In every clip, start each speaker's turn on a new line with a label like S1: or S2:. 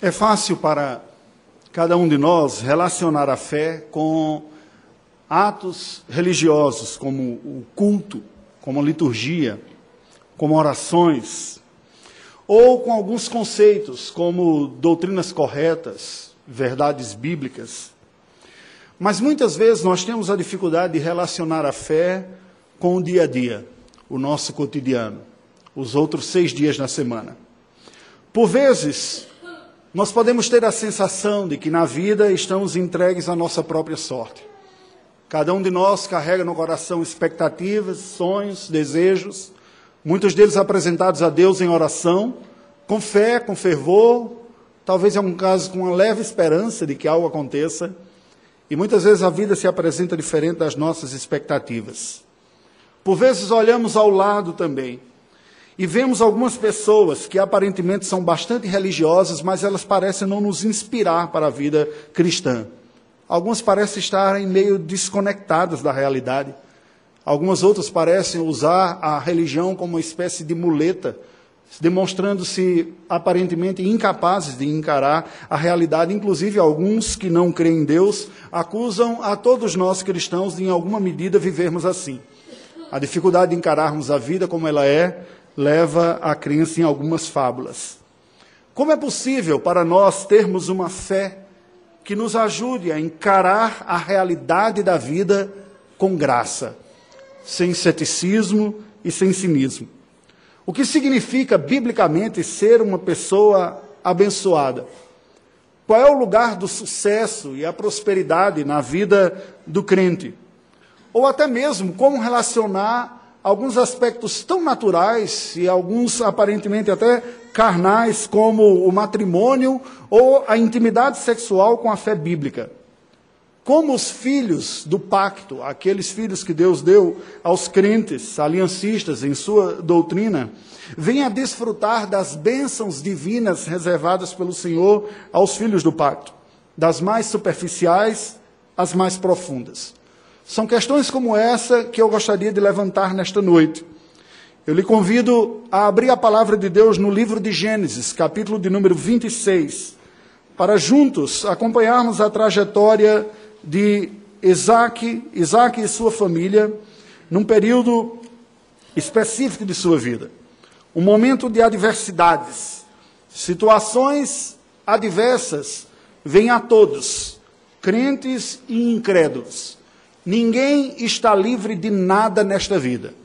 S1: É fácil para cada um de nós relacionar a fé com atos religiosos, como o culto, como a liturgia, como orações, ou com alguns conceitos, como doutrinas corretas, verdades bíblicas. Mas muitas vezes nós temos a dificuldade de relacionar a fé com o dia a dia, o nosso cotidiano, os outros 6 dias na semana. Por vezes, nós podemos ter a sensação de que na vida estamos entregues à nossa própria sorte. Cada um de nós carrega no coração expectativas, sonhos, desejos, muitos deles apresentados a Deus em oração, com fé, com fervor, talvez em algum caso com uma leve esperança de que algo aconteça. E muitas vezes a vida se apresenta diferente das nossas expectativas. Por vezes olhamos ao lado também e vemos algumas pessoas que aparentemente são bastante religiosas, mas elas parecem não nos inspirar para a vida cristã. Algumas parecem estarem meio desconectadas da realidade. Algumas outras parecem usar a religião como uma espécie de muleta, demonstrando-se aparentemente incapazes de encarar a realidade. Inclusive, alguns que não creem em Deus acusam a todos nós cristãos de, em alguma medida, vivermos assim. A dificuldade de encararmos a vida como ela é leva à crença em algumas fábulas. Como é possível para nós termos uma fé que nos ajude a encarar a realidade da vida com graça, sem ceticismo e sem cinismo? O que significa, biblicamente, ser uma pessoa abençoada? Qual é o lugar do sucesso e a prosperidade na vida do crente? Ou até mesmo como relacionar alguns aspectos tão naturais e alguns aparentemente até carnais, como o matrimônio ou a intimidade sexual com a fé bíblica. Como os filhos do pacto, aqueles filhos que Deus deu aos crentes, aliancistas em sua doutrina, vêm a desfrutar das bênçãos divinas reservadas pelo Senhor aos filhos do pacto, das mais superficiais às mais profundas. São questões como essa que eu gostaria de levantar nesta noite. Eu lhe convido a abrir a palavra de Deus no livro de Gênesis, capítulo de número 26, para juntos acompanharmos a trajetória de Isaac e sua família, num período específico de sua vida. Um momento de adversidades, situações adversas vêm a todos, crentes e incrédulos. Ninguém está livre de nada nesta vida,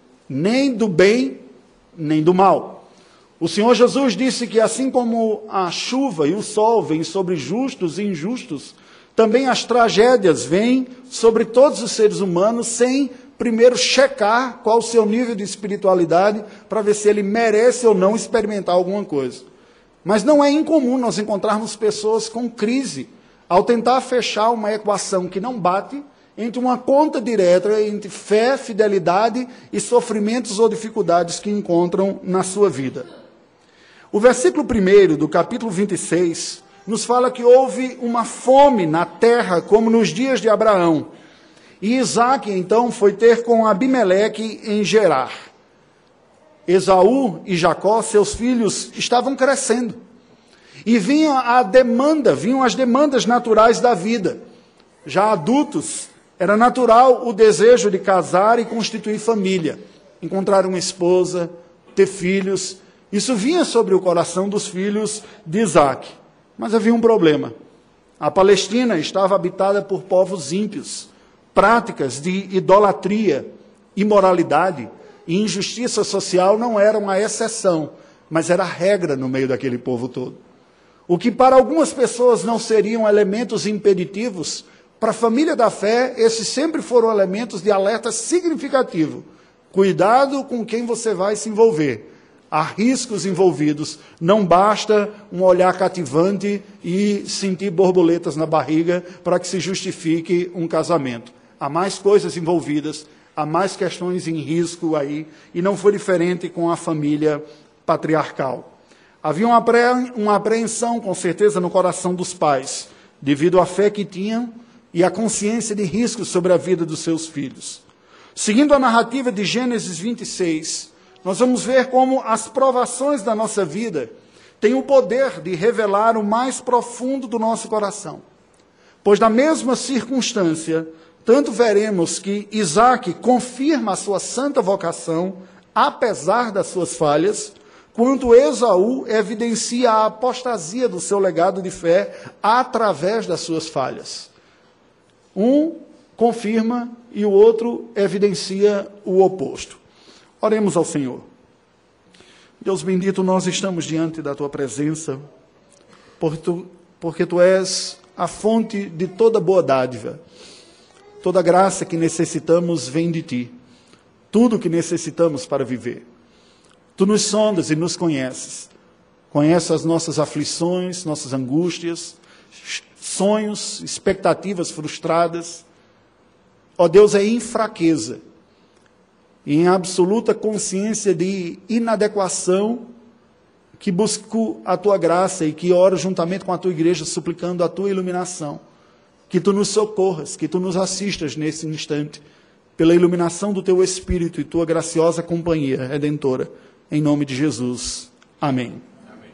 S1: nem do bem, nem do mal. O Senhor Jesus disse que assim como a chuva e o sol vêm sobre justos e injustos, também as tragédias vêm sobre todos os seres humanos, sem primeiro checar qual o seu nível de espiritualidade, para ver se ele merece ou não experimentar alguma coisa. Mas não é incomum nós encontrarmos pessoas com crise, ao tentar fechar uma equação que não bate, entre uma conta direta entre fé, fidelidade e sofrimentos ou dificuldades que encontram na sua vida. O versículo 1 do capítulo 26 nos fala que houve uma fome na terra, como nos dias de Abraão. E Isaac, então, foi ter com Abimeleque em Gerar. Esaú e Jacó, seus filhos, estavam crescendo. E vinham as demandas naturais da vida. Já adultos, era natural o desejo de casar e constituir família, encontrar uma esposa, ter filhos. Isso vinha sobre o coração dos filhos de Isaac. Mas havia um problema. A Palestina estava habitada por povos ímpios, práticas de idolatria, imoralidade e injustiça social não eram a exceção, mas era a regra no meio daquele povo todo. O que para algumas pessoas não seriam elementos impeditivos, para a família da fé, esses sempre foram elementos de alerta significativo. Cuidado com quem você vai se envolver. Há riscos envolvidos. Não basta um olhar cativante e sentir borboletas na barriga para que se justifique um casamento. Há mais coisas envolvidas, há mais questões em risco aí, e não foi diferente com a família patriarcal. Havia uma apreensão, com certeza, no coração dos pais, devido à fé que tinham e a consciência de riscos sobre a vida dos seus filhos. Seguindo a narrativa de Gênesis 26, nós vamos ver como as provações da nossa vida tem o poder de revelar o mais profundo do nosso coração. Pois na mesma circunstância, tanto veremos que Isaac confirma a sua santa vocação, apesar das suas falhas, quanto Esaú evidencia a apostasia do seu legado de fé através das suas falhas. Um confirma e o outro evidencia o oposto. Oremos ao Senhor. Deus bendito, nós estamos diante da Tua presença, porque Tu és a fonte de toda boa dádiva. Toda graça que necessitamos vem de Ti. Tudo que necessitamos para viver. Tu nos sondas e nos conheces. Conheces as nossas aflições, nossas angústias, sonhos, expectativas frustradas. Ó Deus, é em fraqueza e em absoluta consciência de inadequação que busco a Tua graça e que oro juntamente com a Tua igreja, suplicando a Tua iluminação. Que Tu nos socorras, que Tu nos assistas nesse instante, pela iluminação do Teu Espírito e Tua graciosa companhia redentora. Em nome de Jesus. Amém. Amém.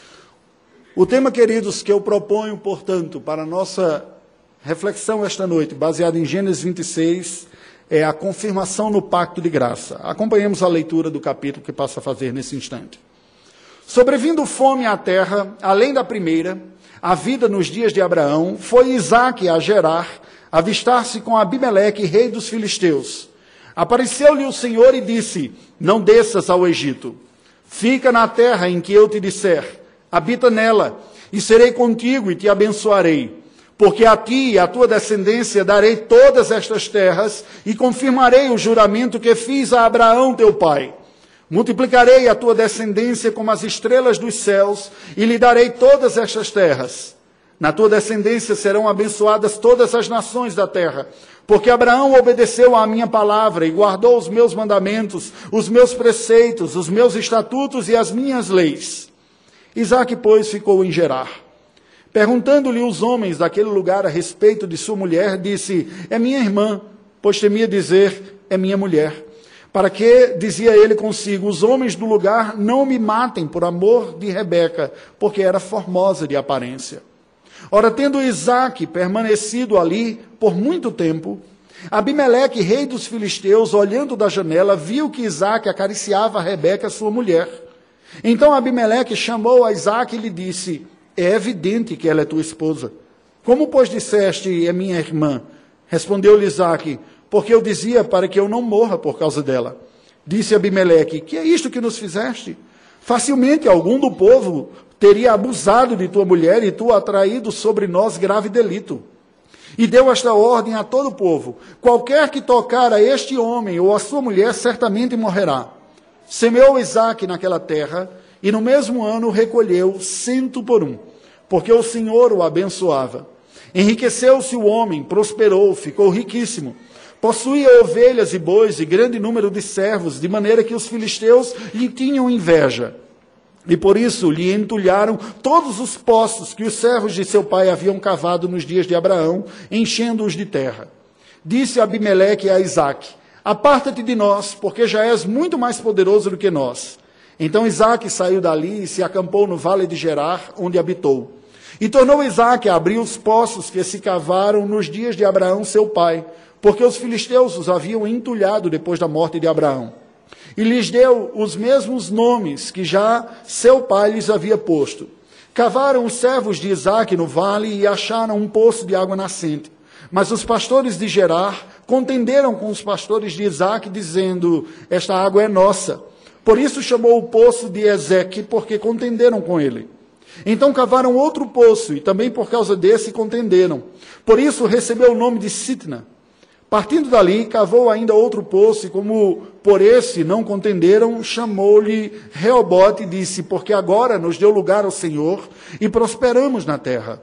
S1: O tema, queridos, que eu proponho, portanto, para a nossa reflexão esta noite, baseado em Gênesis 26, é a confirmação no pacto de graça. Acompanhemos a leitura do capítulo que passo a fazer nesse instante. Sobrevindo fome à terra, além da primeira, a vida nos dias de Abraão, foi Isaque a Gerar, avistar-se com Abimeleque, rei dos filisteus. Apareceu-lhe o Senhor e disse: não desças ao Egito. Fica na terra em que eu te disser. Habita nela, e serei contigo e te abençoarei. Porque a ti e à tua descendência darei todas estas terras e confirmarei o juramento que fiz a Abraão teu pai. Multiplicarei a tua descendência como as estrelas dos céus e lhe darei todas estas terras. Na tua descendência serão abençoadas todas as nações da terra, porque Abraão obedeceu à minha palavra e guardou os meus mandamentos, os meus preceitos, os meus estatutos e as minhas leis. Isaque, pois, ficou em Gerar. Perguntando-lhe os homens daquele lugar a respeito de sua mulher, disse: é minha irmã, pois temia dizer: é minha mulher. Para que, dizia ele consigo, os homens do lugar não me matem por amor de Rebeca, porque era formosa de aparência. Ora, tendo Isaque permanecido ali por muito tempo, Abimeleque, rei dos filisteus, olhando da janela, viu que Isaque acariciava a Rebeca, sua mulher. Então Abimeleque chamou a Isaque e lhe disse: é evidente que ela é tua esposa. Como, pois, disseste: é minha irmã? Respondeu-lhe Isaque: porque eu dizia para que eu não morra por causa dela. Disse Abimeleque: que é isto que nos fizeste? Facilmente algum do povo teria abusado de tua mulher e tu atraído sobre nós grave delito. E deu esta ordem a todo o povo: qualquer que tocar a este homem ou a sua mulher certamente morrerá. Semeou Isaque naquela terra e no mesmo ano recolheu 100 por 1, porque o Senhor o abençoava. Enriqueceu-se o homem, prosperou, ficou riquíssimo. Possuía ovelhas e bois e grande número de servos, de maneira que os filisteus lhe tinham inveja. E por isso lhe entulharam todos os poços que os servos de seu pai haviam cavado nos dias de Abraão, enchendo-os de terra. Disse Abimeleque a Isaque: aparta-te de nós, porque já és muito mais poderoso do que nós. Então Isaque saiu dali e se acampou no vale de Gerar, onde habitou. E tornou Isaque a abrir os poços que se cavaram nos dias de Abraão seu pai, porque os filisteus os haviam entulhado depois da morte de Abraão. E lhes deu os mesmos nomes que já seu pai lhes havia posto. Cavaram os servos de Isaque no vale e acharam um poço de água nascente. Mas os pastores de Gerar contenderam com os pastores de Isaque, dizendo: esta água é nossa. Por isso chamou o poço de Ezeque, porque contenderam com ele. Então cavaram outro poço, e também por causa desse contenderam. Por isso recebeu o nome de Sitna. Partindo dali, cavou ainda outro poço, e como por esse não contenderam, chamou-lhe Reobote e disse: porque agora nos deu lugar o Senhor, e prosperamos na terra.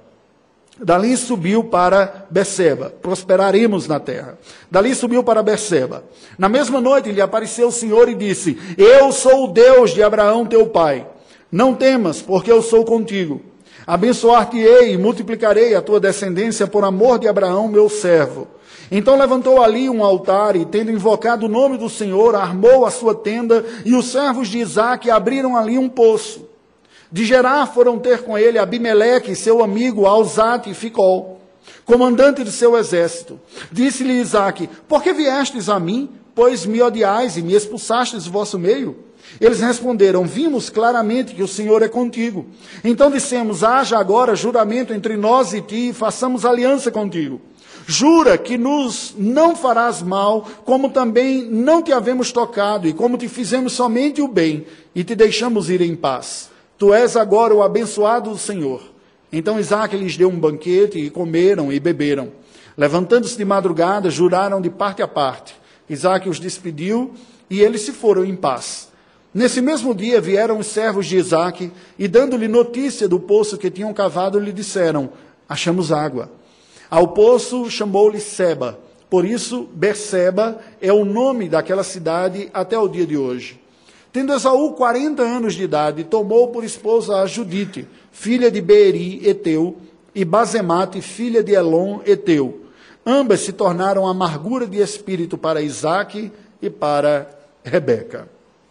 S1: Dali subiu para Berseba, prosperaremos na terra. Dali subiu para Berseba. Na mesma noite lhe apareceu o Senhor e disse: eu sou o Deus de Abraão teu pai. Não temas, porque eu sou contigo. Abençoar-te-ei e multiplicarei a tua descendência por amor de Abraão meu servo. Então levantou ali um altar e, tendo invocado o nome do Senhor, armou a sua tenda, e os servos de Isaque abriram ali um poço. De Gerar foram ter com ele Abimeleque, seu amigo, Alzate e Ficol, comandante de seu exército. Disse-lhe Isaque: por que viestes a mim, pois me odiais e me expulsastes do vosso meio? Eles responderam: vimos claramente que o Senhor é contigo. Então dissemos: haja agora juramento entre nós e ti, e façamos aliança contigo. Jura que nos não farás mal, como também não te havemos tocado, e como te fizemos somente o bem, e te deixamos ir em paz. Tu és agora o abençoado do Senhor. Então Isaque lhes deu um banquete, e comeram e beberam. Levantando-se de madrugada, juraram de parte a parte. Isaque os despediu, e eles se foram em paz. Nesse mesmo dia vieram os servos de Isaque, e dando-lhe notícia do poço que tinham cavado, lhe disseram: achamos água. Ao poço chamou-lhe Seba. Por isso, Berseba é o nome daquela cidade até o dia de hoje. Tendo Esaú 40 anos de idade, tomou por esposa a Judite, filha de Beeri, Eteu, e Basemate, filha de Elon, Eteu. Ambas se tornaram amargura de espírito para Isaque e para Rebeca.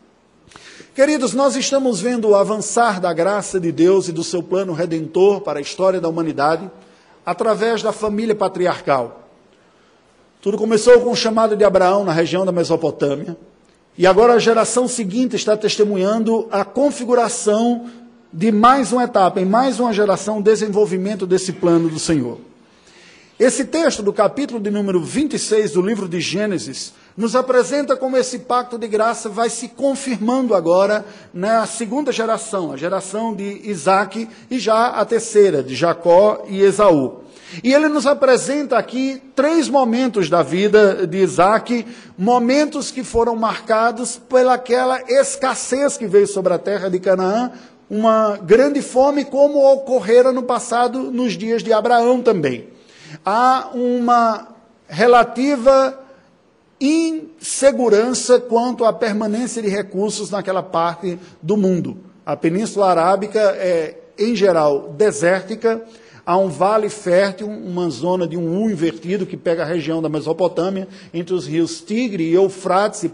S1: Queridos, nós estamos vendo o avançar da graça de Deus e do seu plano redentor para a história da humanidade, através da família patriarcal. Tudo começou com o chamado de Abraão na região da Mesopotâmia, e agora a geração seguinte está testemunhando a configuração de mais uma etapa, em mais uma geração, o desenvolvimento desse plano do Senhor. Esse texto do capítulo de número 26 do livro de Gênesis nos apresenta como esse pacto de graça vai se confirmando agora na segunda geração, a geração de Isaque, e já a terceira, de Jacó e Esaú. E ele nos apresenta aqui 3 momentos da vida de Isaque, momentos que foram marcados pelaquela escassez que veio sobre a terra de Canaã, uma grande fome, como ocorrera no passado, nos dias de Abraão também. Há uma relativa insegurança quanto à permanência de recursos naquela parte do mundo. A Península Arábica é, em geral, desértica. Há um vale fértil, uma zona de um U invertido que pega a região da Mesopotâmia, entre os rios Tigre e Eufrates, e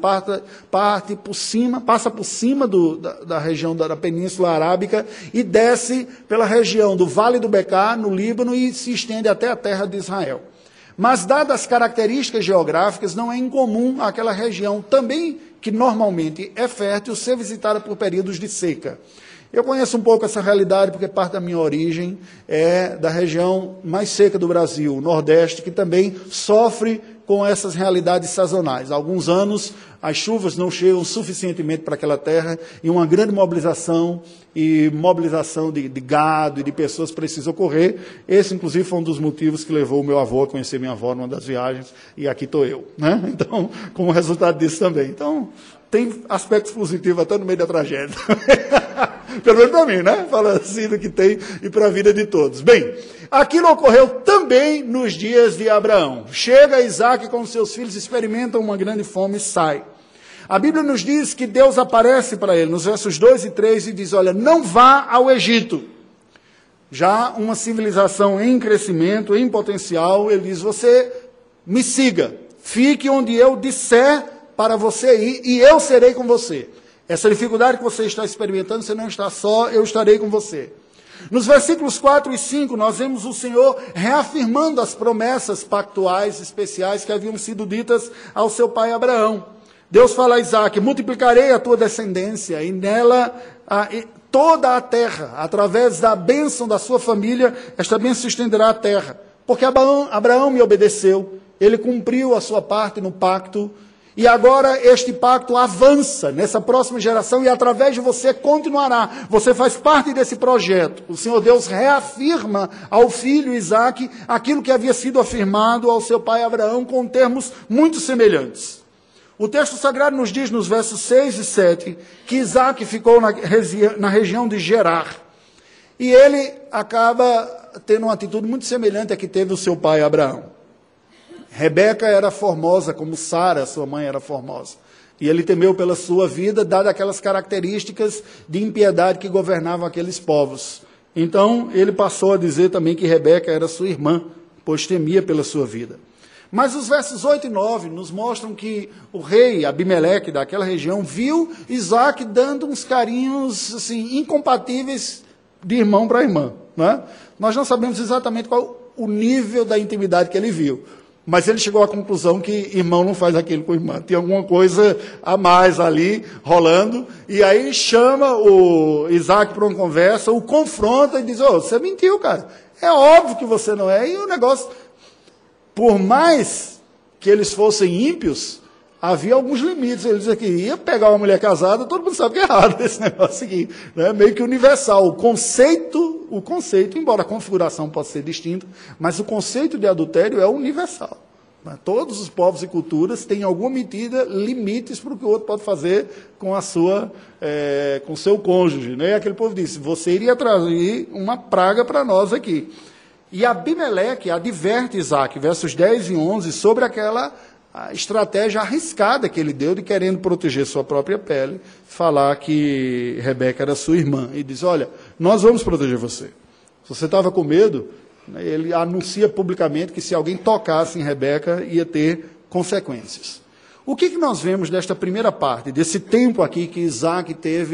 S1: passa por cima da região da Península Arábica e desce pela região do Vale do Becar, no Líbano, e se estende até a terra de Israel. Mas, dadas as características geográficas, não é incomum aquela região, também que normalmente é fértil, ser visitada por períodos de seca. Eu conheço um pouco essa realidade, porque parte da minha origem é da região mais seca do Brasil, o Nordeste, que também sofre com essas realidades sazonais. Há alguns anos, as chuvas não chegam suficientemente para aquela terra, e uma grande mobilização de gado e de pessoas precisa ocorrer. Esse, inclusive, foi um dos motivos que levou o meu avô a conhecer minha avó numa das viagens, e aqui estou eu, né? Então, como resultado disso também. Então, tem aspectos positivos até no meio da tragédia. Pelo menos para mim, né? Fala assim do que tem e para a vida de todos. Bem, aquilo ocorreu também nos dias de Abraão. Chega Isaque com seus filhos, experimentam uma grande fome e sai. A Bíblia nos diz que Deus aparece para ele, nos versos 2 e 3, e diz: olha, não vá ao Egito. Já uma civilização em crescimento, em potencial, ele diz: você me siga, fique onde eu disser para você ir, e eu serei com você. Essa dificuldade que você está experimentando, você não está só, eu estarei com você. Nos versículos 4 e 5, nós vemos o Senhor reafirmando as promessas pactuais especiais que haviam sido ditas ao seu pai Abraão. Deus fala a Isaque: multiplicarei a tua descendência, e nela toda a terra, através da bênção da sua família, esta bênção se estenderá à terra. Porque Abraão me obedeceu, ele cumpriu a sua parte no pacto, e agora este pacto avança nessa próxima geração, e através de você continuará. Você faz parte desse projeto. O Senhor Deus reafirma ao filho Isaque aquilo que havia sido afirmado ao seu pai Abraão, com termos muito semelhantes. O texto sagrado nos diz, nos versos 6 e 7, que Isaque ficou na região de Gerar. E ele acaba tendo uma atitude muito semelhante à que teve o seu pai Abraão. Rebeca era formosa, como Sara, sua mãe, era formosa. E ele temeu pela sua vida, dadas aquelas características de impiedade que governavam aqueles povos. Então, ele passou a dizer também que Rebeca era sua irmã, pois temia pela sua vida. Mas os versos 8 e 9 nos mostram que o rei Abimeleque daquela região viu Isaac dando uns carinhos assim, incompatíveis de irmão para irmã. Né? Nós não sabemos exatamente qual o nível da intimidade que ele viu, mas ele chegou à conclusão que irmão não faz aquilo com irmã. Tem alguma coisa a mais ali rolando, e aí chama o Isaac para uma conversa, o confronta e diz, você mentiu, cara. É óbvio que você não é. E o negócio... Por mais que eles fossem ímpios, havia alguns limites. Ele dizia que ia pegar uma mulher casada, todo mundo sabe que é errado esse negócio aqui. Né? Meio que universal. O conceito, embora a configuração possa ser distinta, mas o conceito de adultério é universal. Né? Todos os povos e culturas têm, em alguma medida, limites para o que o outro pode fazer com com o seu cônjuge. Né? E aquele povo disse, você iria trazer uma praga para nós aqui. E Abimeleque adverte Isaac, versos 10 e 11, sobre aquela estratégia arriscada que ele deu de querendo proteger sua própria pele, falar que Rebeca era sua irmã. E diz, olha, nós vamos proteger você. Se você estava com medo, ele anuncia publicamente que se alguém tocasse em Rebeca, ia ter consequências. O que nós vemos desta primeira parte, desse tempo aqui que Isaac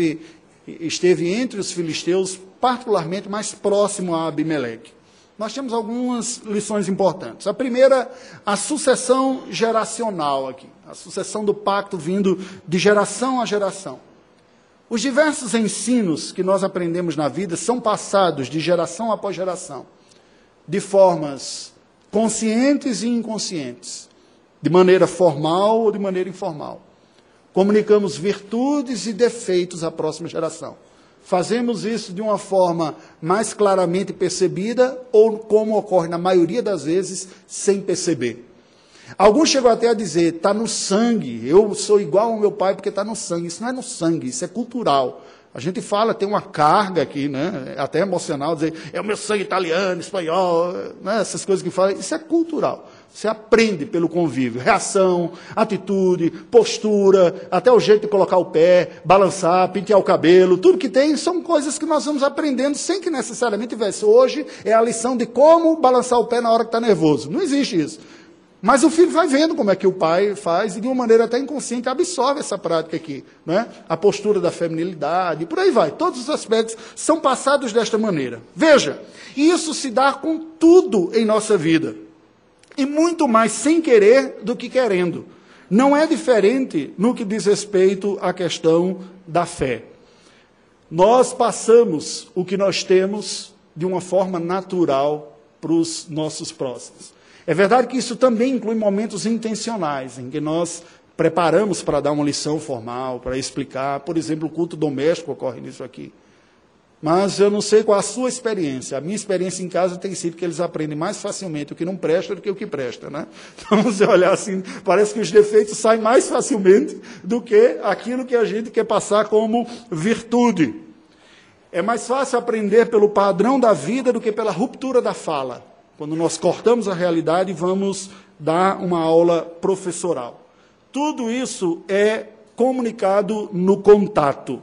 S1: esteve entre os filisteus, particularmente mais próximo a Abimeleque? Nós temos algumas lições importantes. A primeira, a sucessão geracional aqui. A sucessão do pacto vindo de geração a geração. Os diversos ensinos que nós aprendemos na vida são passados de geração após geração, de formas conscientes e inconscientes, de maneira formal ou de maneira informal. Comunicamos virtudes e defeitos à próxima geração. Fazemos isso de uma forma mais claramente percebida ou, como ocorre na maioria das vezes, sem perceber. Alguns chegam até a dizer, está no sangue, eu sou igual ao meu pai porque está no sangue. Isso não é no sangue, isso é cultural. A gente fala, tem uma carga aqui, né, até emocional, dizer, é o meu sangue italiano, espanhol, né, essas coisas que falam, isso é cultural. Você aprende pelo convívio, reação, atitude, postura, até o jeito de colocar o pé, balançar, pentear o cabelo, tudo que tem são coisas que nós vamos aprendendo sem que necessariamente tivesse. Hoje é a lição de como balançar o pé na hora que está nervoso. Não existe isso. Mas o filho vai vendo como é que o pai faz e de uma maneira até inconsciente absorve essa prática aqui. Né? A postura da feminilidade, por aí vai. Todos os aspectos são passados desta maneira. Veja, isso se dá com tudo em nossa vida. E muito mais sem querer do que querendo. Não é diferente no que diz respeito à questão da fé. Nós passamos o que nós temos de uma forma natural para os nossos próximos. É verdade que isso também inclui momentos intencionais, em que nós preparamos para dar uma lição formal, para explicar. Por exemplo, o culto doméstico ocorre nisso aqui. Mas eu não sei qual a sua experiência. A minha experiência em casa tem sido que eles aprendem mais facilmente o que não presta do que o que presta. Né? Então, você olhar assim, parece que os defeitos saem mais facilmente do que aquilo que a gente quer passar como virtude. É mais fácil aprender pelo padrão da vida do que pela ruptura da fala. Quando nós cortamos a realidade e vamos dar uma aula professoral. Tudo isso é comunicado no contato.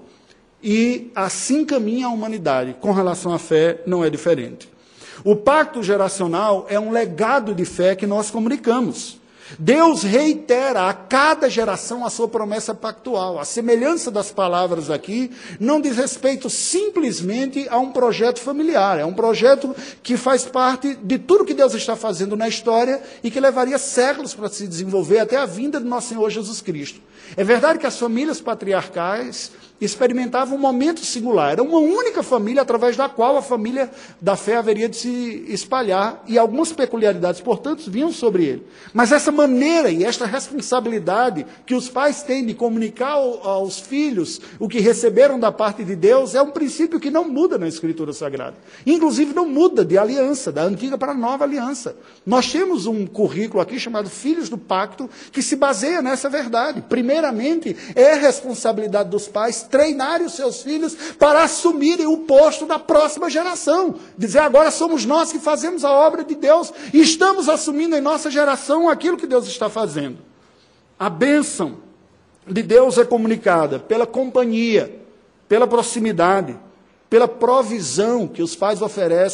S1: E assim caminha a humanidade. Com relação à fé, não é diferente. O pacto geracional é um legado de fé que nós comunicamos. Deus reitera a cada geração a sua promessa pactual. A semelhança das palavras aqui não diz respeito simplesmente a um projeto familiar. É um projeto que faz parte de tudo que Deus está fazendo na história e que levaria séculos para se desenvolver até a vinda do nosso Senhor Jesus Cristo. É verdade que as famílias patriarcais experimentavam um momento singular. Era uma única família através da qual a família da fé haveria de se espalhar e algumas peculiaridades, portanto, vinham sobre ele. Mas essa maneira e esta responsabilidade que os pais têm de comunicar aos filhos o que receberam da parte de Deus é um princípio que não muda na Escritura Sagrada. Inclusive não muda de aliança, da antiga para a nova aliança. Nós temos um currículo aqui chamado Filhos do Pacto que se baseia nessa verdade. Primeiramente, é responsabilidade dos pais treinarem os seus filhos para assumirem o posto da próxima geração. Dizer, agora somos nós que fazemos a obra de Deus e estamos assumindo em nossa geração aquilo que Deus está fazendo. A bênção de Deus é comunicada pela companhia, pela proximidade, pela provisão que os pais oferecem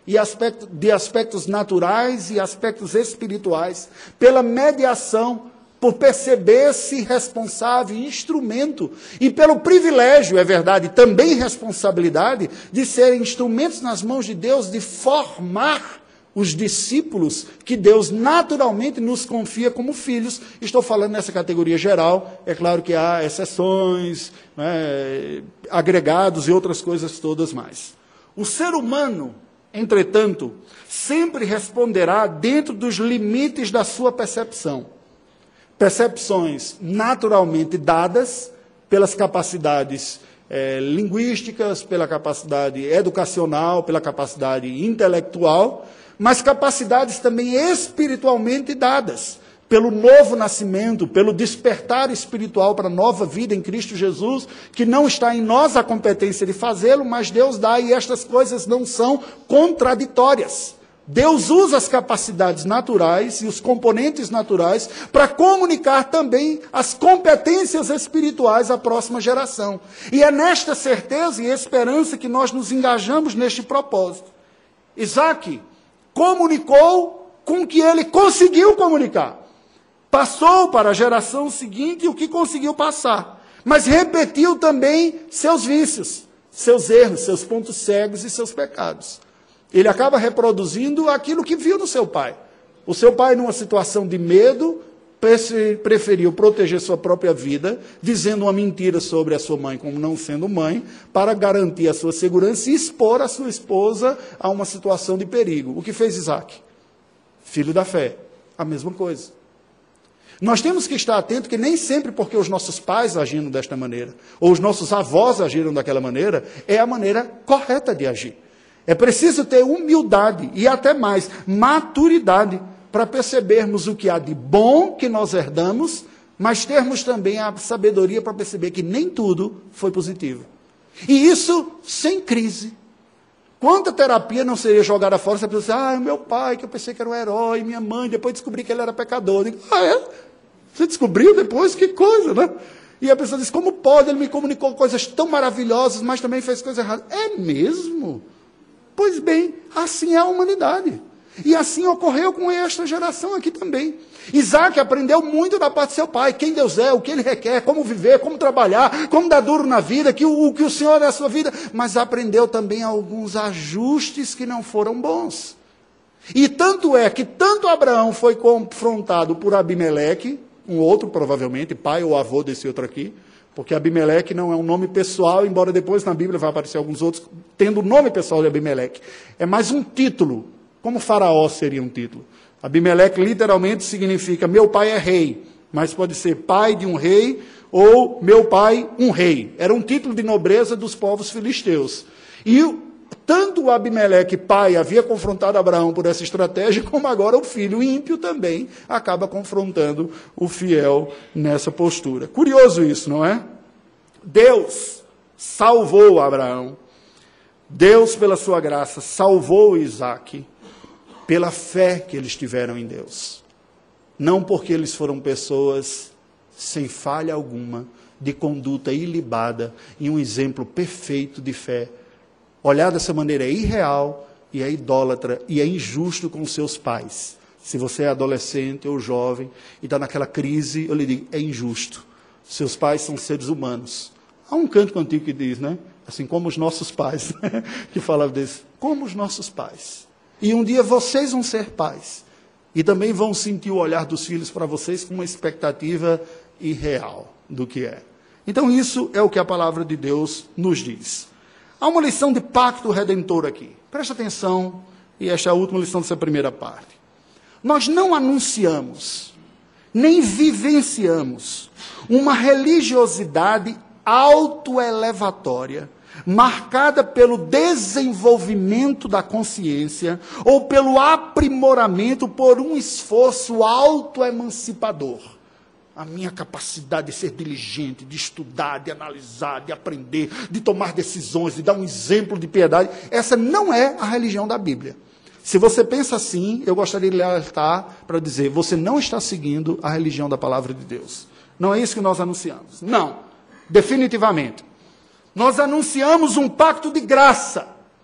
S1: de aspectos naturais e aspectos espirituais, pela mediação, por perceber-se responsável, instrumento, e pelo privilégio, é verdade, também responsabilidade, de serem instrumentos nas mãos de Deus, de formar os discípulos que Deus naturalmente nos confia como filhos. Estou falando nessa categoria geral, é claro que há exceções, né, agregados e outras coisas todas mais. O ser humano, entretanto, sempre responderá dentro dos limites da sua percepção. Percepções naturalmente dadas pelas capacidades linguísticas, pela capacidade educacional, pela capacidade intelectual, mas capacidades também espiritualmente dadas pelo novo nascimento, pelo despertar espiritual para a nova vida em Cristo Jesus, que não está em nós a competência de fazê-lo, mas Deus dá, e estas coisas não são contraditórias. Deus usa as capacidades naturais e os componentes naturais para comunicar também as competências espirituais à próxima geração. E é nesta certeza e esperança que nós nos engajamos neste propósito. Isaac comunicou com o que ele conseguiu comunicar. Passou para a geração seguinte o que conseguiu passar. Mas repetiu também seus vícios, seus erros, seus pontos cegos e seus pecados. Ele acaba reproduzindo aquilo que viu no seu pai. O seu pai, numa situação de medo, preferiu proteger sua própria vida, dizendo uma mentira sobre a sua mãe como não sendo mãe, para garantir a sua segurança e expor a sua esposa a uma situação de perigo. O que fez Isaac? Filho da fé. A mesma coisa. Nós temos que estar atentos que nem sempre porque os nossos pais agiram desta maneira, ou os nossos avós agiram daquela maneira, é a maneira correta de agir. É preciso ter humildade e até mais, maturidade, para percebermos o que há de bom que nós herdamos, mas termos também a sabedoria para perceber que nem tudo foi positivo. E isso sem crise. Quanta terapia não seria jogada fora se a pessoa disse, meu pai, que eu pensei que era um herói, minha mãe, depois descobri que ele era pecador. Eu digo, é? Você descobriu depois? Que coisa, né? E a pessoa diz, como pode? Ele me comunicou coisas tão maravilhosas, mas também fez coisas erradas. É mesmo? Pois bem, assim é a humanidade. E assim ocorreu com esta geração aqui também. Isaac aprendeu muito da parte do seu pai, quem Deus é, o que ele requer, como viver, como trabalhar, como dar duro na vida, o que o Senhor é a sua vida, mas aprendeu também alguns ajustes que não foram bons. E tanto é que tanto Abraão foi confrontado por Abimeleque, um outro provavelmente, pai ou avô desse outro aqui, porque Abimeleque não é um nome pessoal, embora depois na Bíblia vai aparecer alguns outros tendo o nome pessoal de Abimeleque. É mais um título, como Faraó seria um título. Abimeleque literalmente significa meu pai é rei, mas pode ser pai de um rei ou meu pai um rei. Era um título de nobreza dos povos filisteus. E tanto o Abimeleque pai havia confrontado Abraão por essa estratégia, como agora o filho ímpio também acaba confrontando o fiel nessa postura. Curioso isso, não é? Deus salvou Abraão. Deus, pela sua graça, salvou Isaac pela fé que eles tiveram em Deus. Não porque eles foram pessoas sem falha alguma, de conduta ilibada e um exemplo perfeito de fé. Olhar dessa maneira é irreal e é idólatra e é injusto com seus pais. Se você é adolescente ou jovem e está naquela crise, eu lhe digo, é injusto. Seus pais são seres humanos. Há um cântico antigo que diz, né? Assim como os nossos pais, que falava desse, como os nossos pais. E um dia vocês vão ser pais. E também vão sentir o olhar dos filhos para vocês com uma expectativa irreal do que é. Então isso é o que a palavra de Deus nos diz. Há uma lição de pacto redentor aqui. Presta atenção, e esta é a última lição dessa primeira parte. Nós não anunciamos, nem vivenciamos uma religiosidade autoelevatória, marcada pelo desenvolvimento da consciência ou pelo aprimoramento por um esforço autoemancipador. A minha capacidade de ser diligente, de estudar, de analisar, de aprender, de tomar decisões, de dar um exemplo de piedade, essa não é a religião da Bíblia. Se você pensa assim, eu gostaria de lhe alertar para dizer, você não está seguindo a religião da palavra de Deus. Não é isso que nós anunciamos. Não, definitivamente. Nós anunciamos um pacto de graça,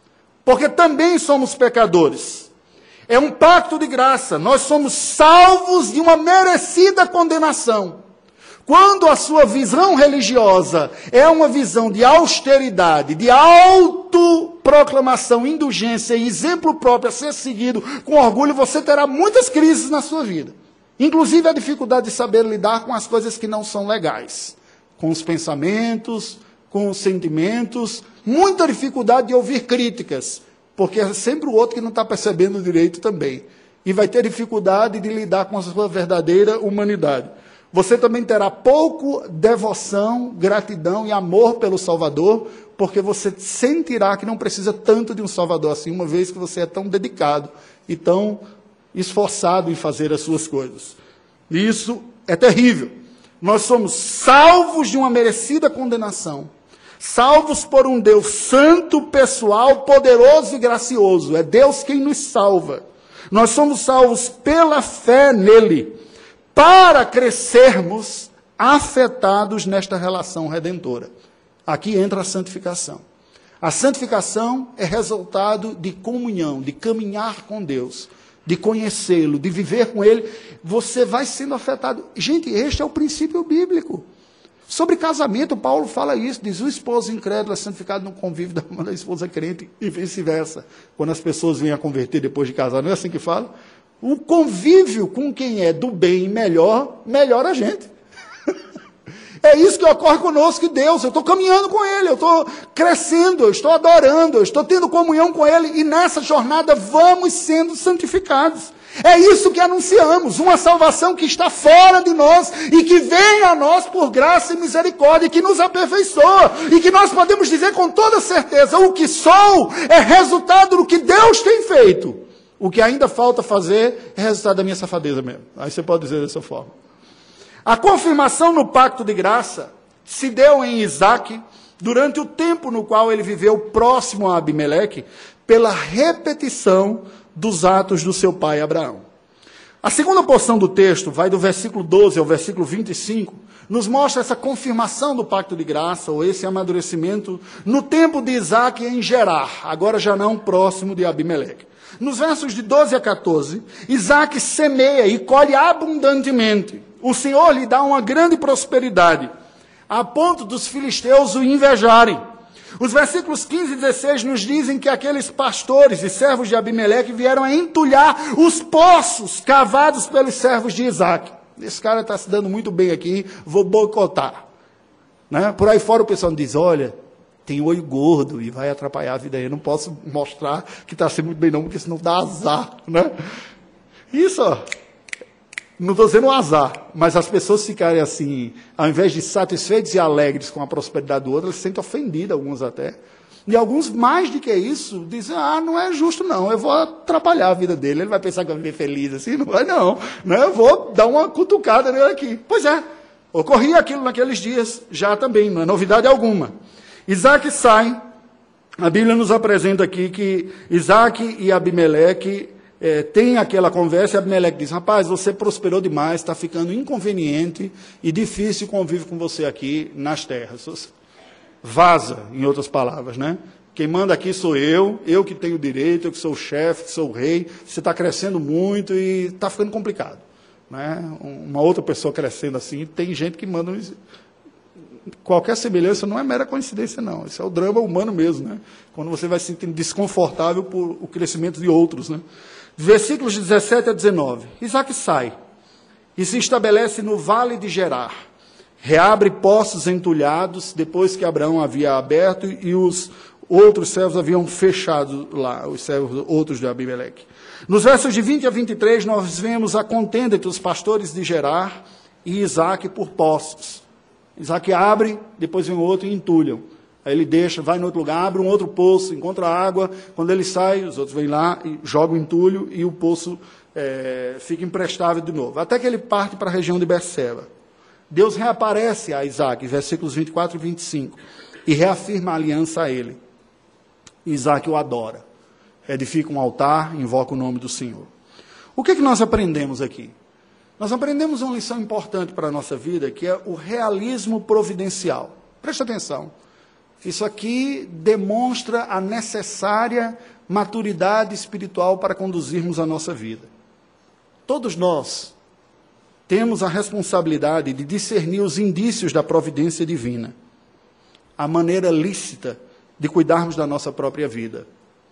S1: porque também somos pecadores. É um pacto de graça, nós somos salvos de uma merecida condenação. Quando a sua visão religiosa é uma visão de austeridade, de autoproclamação, indulgência e exemplo próprio a ser seguido com orgulho, você terá muitas crises na sua vida. Inclusive a dificuldade de saber lidar com as coisas que não são legais. Com os pensamentos, com os sentimentos, muita dificuldade de ouvir críticas, porque é sempre o outro que não está percebendo direito também. E vai ter dificuldade de lidar com a sua verdadeira humanidade. Você também terá pouco devoção, gratidão e amor pelo Salvador, porque você sentirá que não precisa tanto de um Salvador assim, uma vez que você é tão dedicado e tão esforçado em fazer as suas coisas. E isso é terrível. Nós somos salvos de uma merecida condenação, salvos por um Deus santo, pessoal, poderoso e gracioso. É Deus quem nos salva. Nós somos salvos pela fé nele, para crescermos afetados nesta relação redentora. Aqui entra a santificação. A santificação é resultado de comunhão, de caminhar com Deus, de conhecê-lo, de viver com ele. Você vai sendo afetado. Gente, este é o princípio bíblico. Sobre casamento, Paulo fala isso, diz: o esposo incrédulo é santificado no convívio da esposa crente, e vice-versa. Quando as pessoas vêm a converter depois de casar, não é assim que fala? O convívio com quem é do bem melhor, melhora a gente. É isso que ocorre conosco, que Deus, eu estou caminhando com Ele, eu estou crescendo, eu estou adorando, eu estou tendo comunhão com Ele, e nessa jornada vamos sendo santificados. É isso que anunciamos, uma salvação que está fora de nós, e que vem a nós por graça e misericórdia, e que nos aperfeiçoa, e que nós podemos dizer com toda certeza: o que sou é resultado do que Deus tem feito. O que ainda falta fazer é resultado da minha safadeza mesmo. Aí você pode dizer dessa forma. A confirmação no pacto de graça se deu em Isaque durante o tempo no qual ele viveu próximo a Abimeleque, pela repetição dos atos do seu pai Abraão. A segunda porção do texto, vai do versículo 12 ao versículo 25, nos mostra essa confirmação do pacto de graça, ou esse amadurecimento, no tempo de Isaque em Gerar, agora já não próximo de Abimeleque. Nos versos de 12 a 14, Isaque semeia e colhe abundantemente. O Senhor lhe dá uma grande prosperidade, a ponto dos filisteus o invejarem. Os versículos 15 e 16 nos dizem que aqueles pastores e servos de Abimeleque vieram a entulhar os poços cavados pelos servos de Isaque. Esse cara está se dando muito bem aqui, vou boicotar. Né? Por aí fora o pessoal diz: olha, tem olho gordo e vai atrapalhar a vida aí. Eu não posso mostrar que está sendo muito bem não, porque senão dá azar. Né? Isso, ó. Não estou dizendo um azar, mas as pessoas ficarem assim, ao invés de satisfeitos e alegres com a prosperidade do outro, eles se sentem ofendidos, alguns até. E alguns, mais do que isso, dizem: ah, não é justo não, eu vou atrapalhar a vida dele, ele vai pensar que vai viver feliz assim, não vai não, né? Eu vou dar uma cutucada nele aqui. Pois é, ocorria aquilo naqueles dias, já também, não é novidade alguma. Isaque sai, a Bíblia nos apresenta aqui que Isaque e Abimeleque tem aquela conversa, e Abimeleque diz: rapaz, você prosperou demais, está ficando inconveniente e difícil conviver com você aqui nas terras. Vaza, em outras palavras, né? Quem manda aqui sou eu que tenho direito, eu que sou o chefe, que sou o rei, você está crescendo muito e está ficando complicado. Né? Uma outra pessoa crescendo assim, tem gente que manda... Qualquer semelhança não é mera coincidência, não. Isso é o drama humano mesmo, né? Quando você vai se sentindo desconfortável por o crescimento de outros, né? Versículos 17 a 19. Isaque sai e se estabelece no vale de Gerar. Reabre poços entulhados, depois que Abraão havia aberto e os outros servos haviam fechado lá, os servos outros de Abimeleque. Nos versos de 20 a 23, nós vemos a contenda entre os pastores de Gerar e Isaque por poços. Isaque abre, depois vem outro e entulham. Aí ele deixa, vai em outro lugar, abre um outro poço, encontra água. Quando ele sai, os outros vêm lá e jogam o entulho e o poço fica imprestável de novo. Até que ele parte para a região de Berseba. Deus reaparece a Isaque, versículos 24 e 25, e reafirma a aliança a ele. Isaque o adora. Edifica um altar, invoca o nome do Senhor. O que nós aprendemos aqui? Nós aprendemos uma lição importante para a nossa vida, que é o realismo providencial. Preste atenção. Isso aqui demonstra a necessária maturidade espiritual para conduzirmos a nossa vida. Todos nós temos a responsabilidade de discernir os indícios da providência divina, a maneira lícita de cuidarmos da nossa própria vida.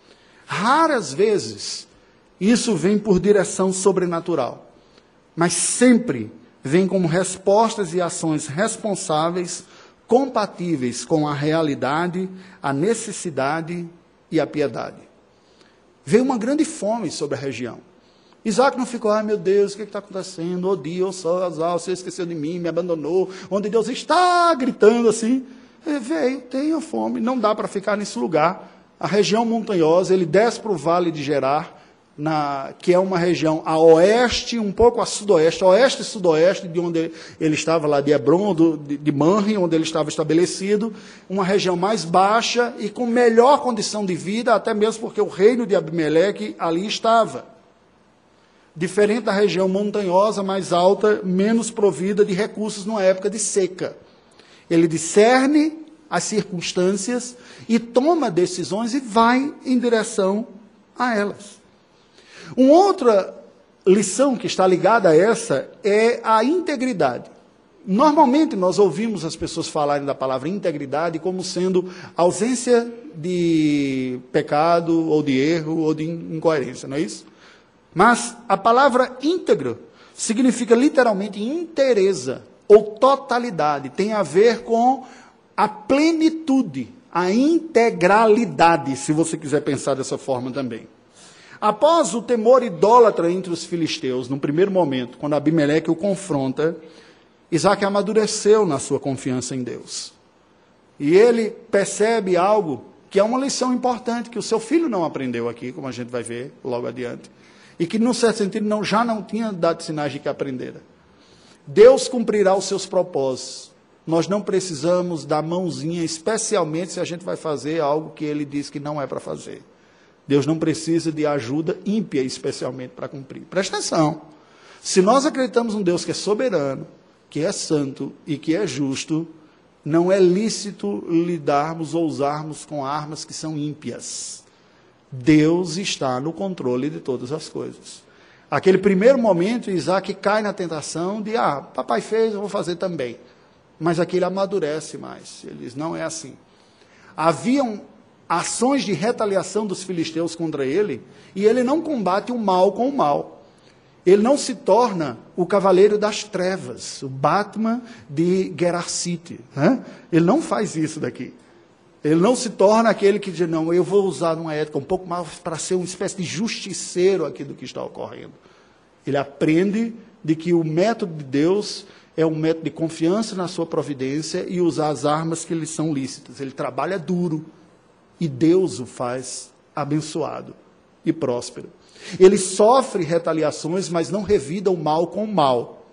S1: Raras vezes isso vem por direção sobrenatural, mas sempre vem como respostas e ações responsáveis, compatíveis com a realidade, a necessidade e a piedade. Veio uma grande fome sobre a região. Isaac não ficou, ai meu Deus, o que está acontecendo? Oh dia, oh sol, azar, você esqueceu de mim, me abandonou, onde Deus está, gritando assim. Ele veio, tenha fome, não dá para ficar nesse lugar. A região montanhosa, ele desce para o vale de Gerar, que é uma região a oeste, um pouco a sudoeste, oeste e sudoeste de onde ele estava lá, de Hebron, de Manre, onde ele estava estabelecido, uma região mais baixa e com melhor condição de vida, até mesmo porque o reino de Abimeleque ali estava. Diferente da região montanhosa, mais alta, menos provida de recursos numa época de seca. Ele discerne as circunstâncias e toma decisões e vai em direção a elas. Uma outra lição que está ligada a essa é a integridade. Normalmente nós ouvimos as pessoas falarem da palavra integridade como sendo ausência de pecado, ou de erro, ou de incoerência, não é isso? Mas a palavra íntegro significa literalmente inteireza, ou totalidade. Tem a ver com a plenitude, a integralidade, se você quiser pensar dessa forma também. Após o temor idólatra entre os filisteus, no primeiro momento, quando Abimeleque o confronta, Isaac amadureceu na sua confiança em Deus. E ele percebe algo que é uma lição importante, que o seu filho não aprendeu aqui, como a gente vai ver logo adiante, e que, num certo sentido, já não tinha dado sinais de que aprendera. Deus cumprirá os seus propósitos. Nós não precisamos da mãozinha, especialmente se a gente vai fazer algo que ele diz que não é para fazer. Deus não precisa de ajuda ímpia, especialmente, para cumprir. Presta atenção. Se nós acreditamos num Deus que é soberano, que é santo e que é justo, não é lícito lidarmos ou usarmos com armas que são ímpias. Deus está no controle de todas as coisas. Aquele primeiro momento, Isaac cai na tentação de, papai fez, eu vou fazer também. Mas aqui ele amadurece mais. Ele diz, não é assim. Haviam ações de retaliação dos filisteus contra ele, e ele não combate o mal com o mal. Ele não se torna o cavaleiro das trevas, o Batman de Gerar City. Ele não faz isso daqui. Ele não se torna aquele que diz, não, eu vou usar uma ética um pouco mais para ser uma espécie de justiceiro aqui do que está ocorrendo. Ele aprende de que o método de Deus é um método de confiança na sua providência e usar as armas que lhe são lícitas. Ele trabalha duro e Deus o faz abençoado e próspero. Ele sofre retaliações, mas não revida o mal com o mal.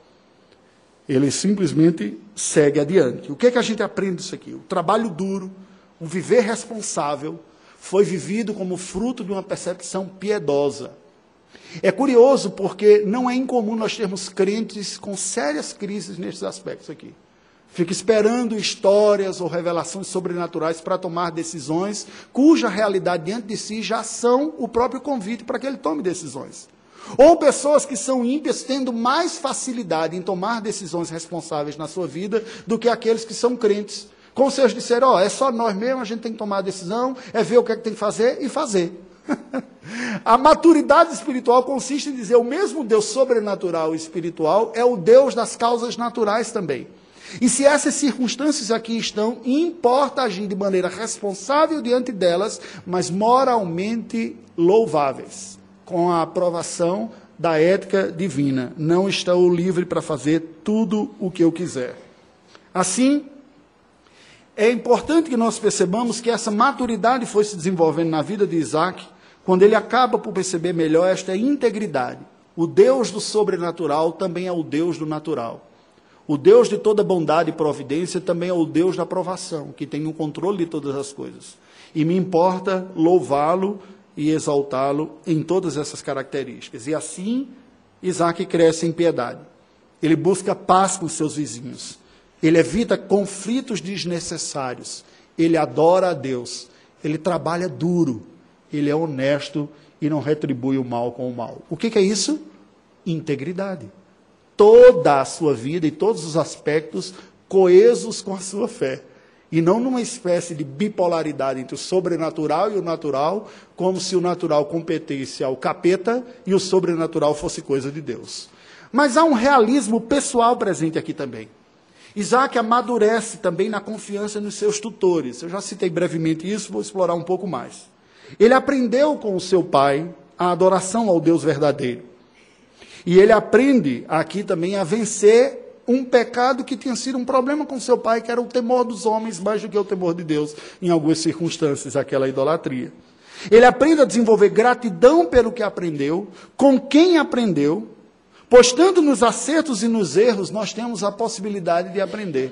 S1: Ele simplesmente segue adiante. O que é que a gente aprende disso aqui? O trabalho duro, o viver responsável, foi vivido como fruto de uma percepção piedosa. É curioso porque não é incomum nós termos crentes com sérias crises nesses aspectos aqui. Fica esperando histórias ou revelações sobrenaturais para tomar decisões, cuja realidade diante de si já são o próprio convite para que ele tome decisões. Ou pessoas que são ímpias tendo mais facilidade em tomar decisões responsáveis na sua vida do que aqueles que são crentes. Como se eles disseram, é só nós mesmos, a gente tem que tomar a decisão, é ver o que é que tem que fazer e fazer. A maturidade espiritual consiste em dizer, o mesmo Deus sobrenatural e espiritual é o Deus das causas naturais também. E se essas circunstâncias aqui estão, importa agir de maneira responsável diante delas, mas moralmente louváveis, com a aprovação da ética divina. Não estou livre para fazer tudo o que eu quiser. Assim, é importante que nós percebamos que essa maturidade foi se desenvolvendo na vida de Isaac, quando ele acaba por perceber melhor esta integridade. O Deus do sobrenatural também é o Deus do natural. O Deus de toda bondade e providência também é o Deus da aprovação, que tem o controle de todas as coisas. E me importa louvá-lo e exaltá-lo em todas essas características. E assim, Isaac cresce em piedade. Ele busca paz com seus vizinhos. Ele evita conflitos desnecessários. Ele adora a Deus. Ele trabalha duro. ele é honesto e não retribui o mal com o mal. O que é isso? Integridade. Toda a sua vida e todos os aspectos coesos com a sua fé. E não numa espécie de bipolaridade entre o sobrenatural e o natural, como se o natural competisse ao capeta e o sobrenatural fosse coisa de Deus. Mas há um realismo pessoal presente aqui também. Isaac amadurece também na confiança nos seus tutores. Eu já citei brevemente isso, vou explorar um pouco mais. Ele aprendeu com o seu pai a adoração ao Deus verdadeiro. E ele aprende aqui também a vencer um pecado que tinha sido um problema com seu pai, que era o temor dos homens mais do que o temor de Deus, em algumas circunstâncias, aquela idolatria. Ele aprende a desenvolver gratidão pelo que aprendeu, com quem aprendeu, pois tanto nos acertos e nos erros nós temos a possibilidade de aprender,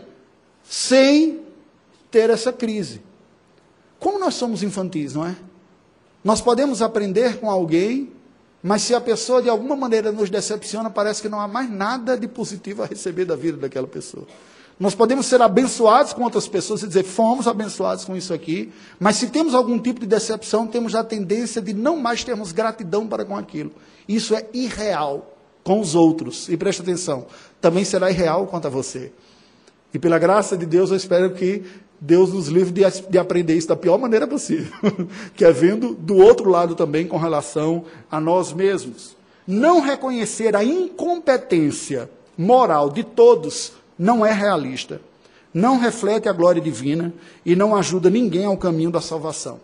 S1: sem ter essa crise. Como nós somos infantis, não é? Nós podemos aprender com alguém, mas se a pessoa de alguma maneira nos decepciona, parece que não há mais nada de positivo a receber da vida daquela pessoa. Nós podemos ser abençoados com outras pessoas e dizer, fomos abençoados com isso aqui, mas se temos algum tipo de decepção, temos a tendência de não mais termos gratidão para com aquilo. Isso é irreal com os outros. E preste atenção, também será irreal quanto a você. E pela graça de Deus, eu espero que Deus nos livre de aprender isso da pior maneira possível, que é vendo do outro lado também com relação a nós mesmos. Não reconhecer a incompetência moral de todos não é realista, não reflete a glória divina e não ajuda ninguém ao caminho da salvação.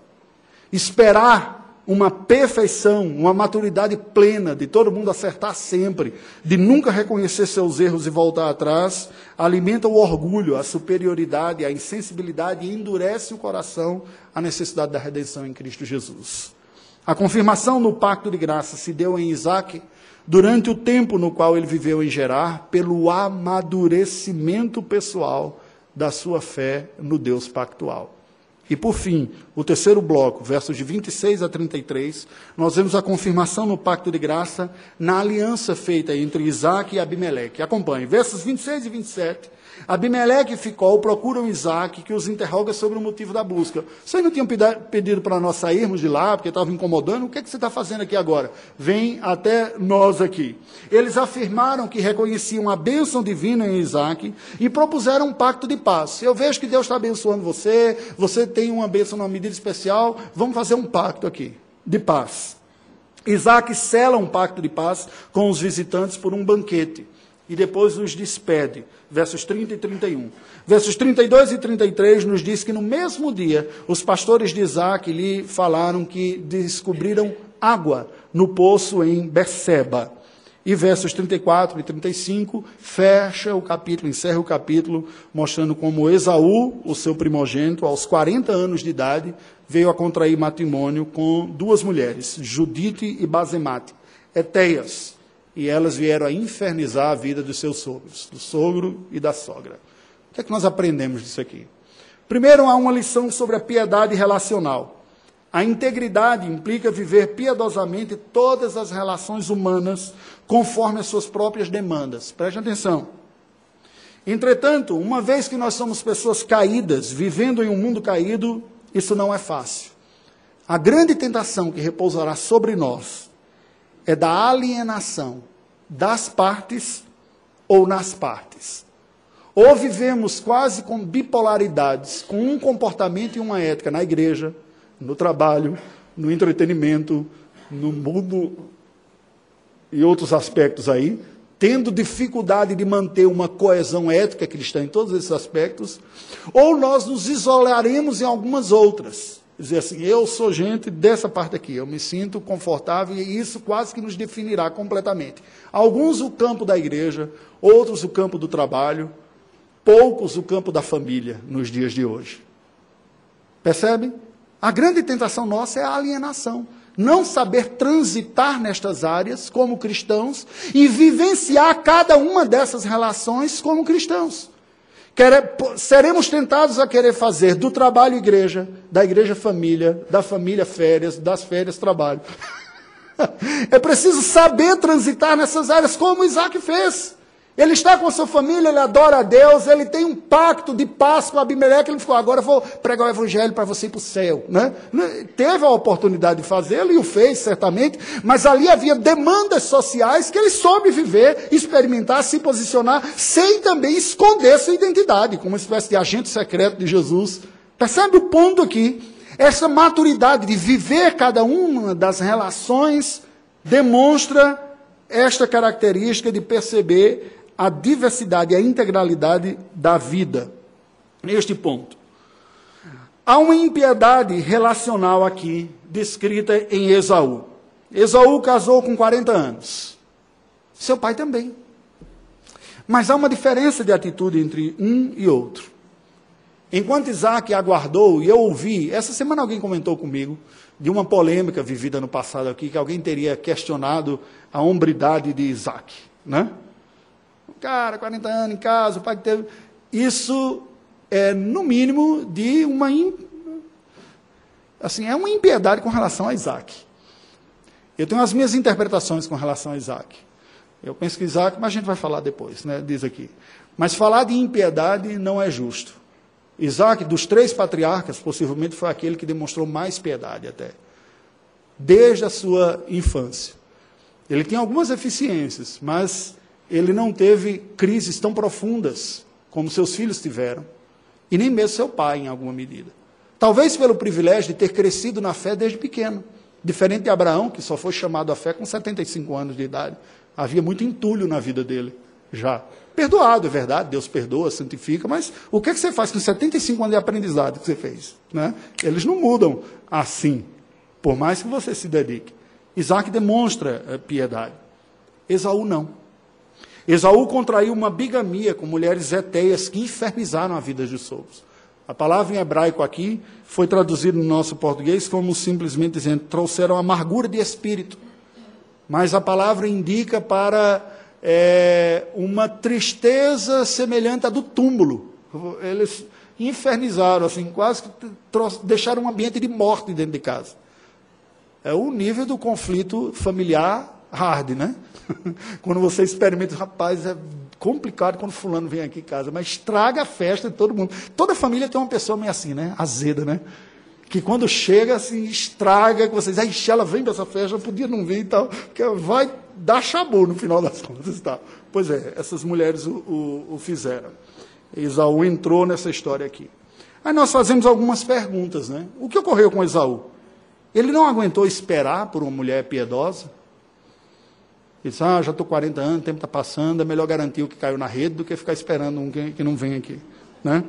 S1: Esperar uma perfeição, uma maturidade plena, de todo mundo acertar sempre, de nunca reconhecer seus erros e voltar atrás, alimenta o orgulho, a superioridade, a insensibilidade e endurece o coração à necessidade da redenção em Cristo Jesus. A confirmação no pacto de graça se deu em Isaac durante o tempo no qual ele viveu em Gerar, pelo amadurecimento pessoal da sua fé no Deus pactual. E por fim, o terceiro bloco, versos de 26 a 33, nós vemos a confirmação no pacto de graça na aliança feita entre Isaac e Abimeleque. Acompanhe, versos 26 e 27. Abimeleque e Ficol procuram Isaac, que os interroga sobre o motivo da busca. Vocês não tinham pedido para nós sairmos de lá, porque estava incomodando? O que é que você está fazendo aqui agora? Vem até nós aqui. Eles afirmaram que reconheciam a bênção divina em Isaac e propuseram um pacto de paz. Eu vejo que Deus está abençoando você, você tem uma bênção numa medida especial, vamos fazer um pacto aqui, de paz. Isaac sela um pacto de paz com os visitantes por um banquete. E depois os despede, versos 30 e 31. Versos 32 e 33 nos diz que no mesmo dia, os pastores de Isaac lhe falaram que descobriram água no poço em Berseba. E versos 34 e 35 fecha o capítulo, encerra o capítulo, mostrando como Esaú, o seu primogênito, aos 40 anos de idade, veio a contrair matrimônio com duas mulheres, Judite e Basemate, Eteias. E elas vieram a infernizar a vida dos seus sogros, do sogro e da sogra. O que é que nós aprendemos disso aqui? Primeiro, há uma lição sobre a piedade relacional. A integridade implica viver piedosamente todas as relações humanas conforme as suas próprias demandas. Preste atenção. Entretanto, uma vez que nós somos pessoas caídas, vivendo em um mundo caído, isso não é fácil. A grande tentação que repousará sobre nós é da alienação das partes ou nas partes. Ou vivemos quase com bipolaridades, com um comportamento e uma ética na igreja, no trabalho, no entretenimento, no mundo e outros aspectos aí, tendo dificuldade de manter uma coesão ética cristã em todos esses aspectos, ou nós nos isolaremos em algumas outras. Dizer assim, eu sou gente dessa parte aqui, eu me sinto confortável e isso quase que nos definirá completamente. Alguns o campo da igreja, outros o campo do trabalho, poucos o campo da família nos dias de hoje. Percebem? A grande tentação nossa é a alienação. Não saber transitar nestas áreas como cristãos e vivenciar cada uma dessas relações como cristãos. Seremos tentados a querer fazer do trabalho igreja, da igreja família, da família férias, das férias trabalho. É preciso saber transitar nessas áreas como Isaac fez. Ele está com a sua família, ele adora a Deus, ele tem um pacto de paz com Abimeleque, ele ficou, agora eu vou pregar o evangelho para você ir para o céu. Né? Teve a oportunidade de fazê-lo e o fez, certamente, mas ali havia demandas sociais que ele soube viver, experimentar, se posicionar, sem também esconder sua identidade, como uma espécie de agente secreto de Jesus. Percebe o ponto aqui? Essa maturidade de viver cada uma das relações demonstra esta característica de perceber a diversidade e a integralidade da vida. Neste ponto. Há uma impiedade relacional aqui, descrita em Esaú. Esaú casou com 40 anos. Seu pai também. Mas há uma diferença de atitude entre um e outro. Enquanto Isaac aguardou, e eu ouvi, essa semana alguém comentou comigo, de uma polêmica vivida no passado aqui, que alguém teria questionado a hombridade de Isaac, né? O cara, 40 anos em casa, o pai que teve... Isso é, no mínimo, de uma... Assim, é uma impiedade com relação a Isaac. Eu tenho as minhas interpretações com relação a Isaac. Eu penso que Isaac, mas a gente vai falar depois, né? Diz aqui. Mas falar de impiedade não é justo. Isaac, dos 3 patriarcas, possivelmente foi aquele que demonstrou mais piedade até. Desde a sua infância. Ele tinha algumas eficiências, mas ele não teve crises tão profundas como seus filhos tiveram. E nem mesmo seu pai, em alguma medida. Talvez pelo privilégio de ter crescido na fé desde pequeno. Diferente de Abraão, que só foi chamado à fé com 75 anos de idade. Havia muito entulho na vida dele, já. Perdoado, é verdade, Deus perdoa, santifica, mas o que você faz com 75 anos de aprendizado que você fez? Né? Eles não mudam assim, por mais que você se dedique. Isaac demonstra piedade. Esaú não. Esaú contraiu uma bigamia com mulheres heteias que infernizaram a vida dos sogros. A palavra em hebraico aqui foi traduzida no nosso português como simplesmente dizendo, trouxeram amargura de espírito. Mas a palavra indica para uma tristeza semelhante à do túmulo. Eles infernizaram, assim, quase que deixaram um ambiente de morte dentro de casa. É o nível do conflito familiar hard, né? Quando você experimenta, rapaz, é complicado quando fulano vem aqui em casa, mas estraga a festa de todo mundo. Toda família tem uma pessoa meio assim, né? Azeda, né? Que quando chega, assim, estraga, que vocês, ixi, ela vem para essa festa, podia não vir e tal, porque vai dar chabu no final das contas. Tá? Pois é, essas mulheres o fizeram. Esaú entrou nessa história aqui. Aí nós fazemos algumas perguntas, né? O que ocorreu com Esaú? Ele não aguentou esperar por uma mulher piedosa? Ele disse, já estou 40 anos, o tempo está passando, é melhor garantir o que caiu na rede do que ficar esperando um que não vem aqui. Né?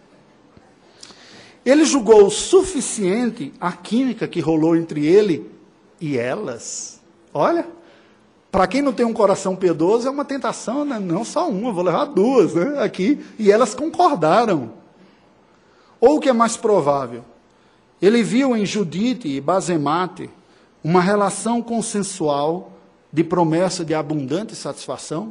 S1: Ele julgou o suficiente a química que rolou entre ele e elas. Olha, para quem não tem um coração piedoso, é uma tentação, né? Não só uma, vou levar 2, né? Aqui, e elas concordaram. Ou o que é mais provável? Ele viu em Judite e Basemate uma relação consensual de promessa de abundante satisfação,